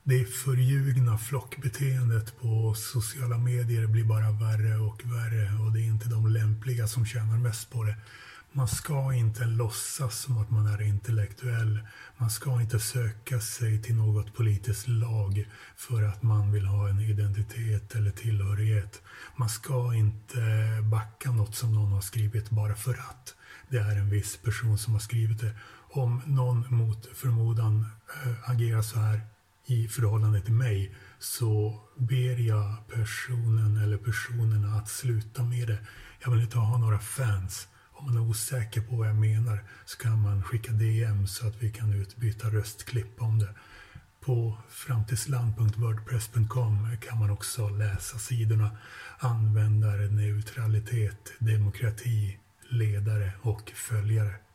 Det förljugna flockbeteendet på sociala medier blir bara värre och värre och det är inte de lämpliga som tjänar mest på det. Man ska inte låtsas som att man är intellektuell. Man ska inte söka sig till något politiskt lag för att man vill ha en identitet eller tillhörighet. Man ska inte backa något som någon har skrivit bara för att det är en viss person som har skrivit det. Om någon mot förmodan agerar så här i förhållande till mig så ber jag personen eller personerna att sluta med det. Jag vill inte ha några fans. Om man är osäker på vad jag menar så kan man skicka DM så att vi kan utbyta röstklipp om det. På framtidsland.wordpress.com kan man också läsa sidorna användarneutralitet, demokrati, ledare och följare.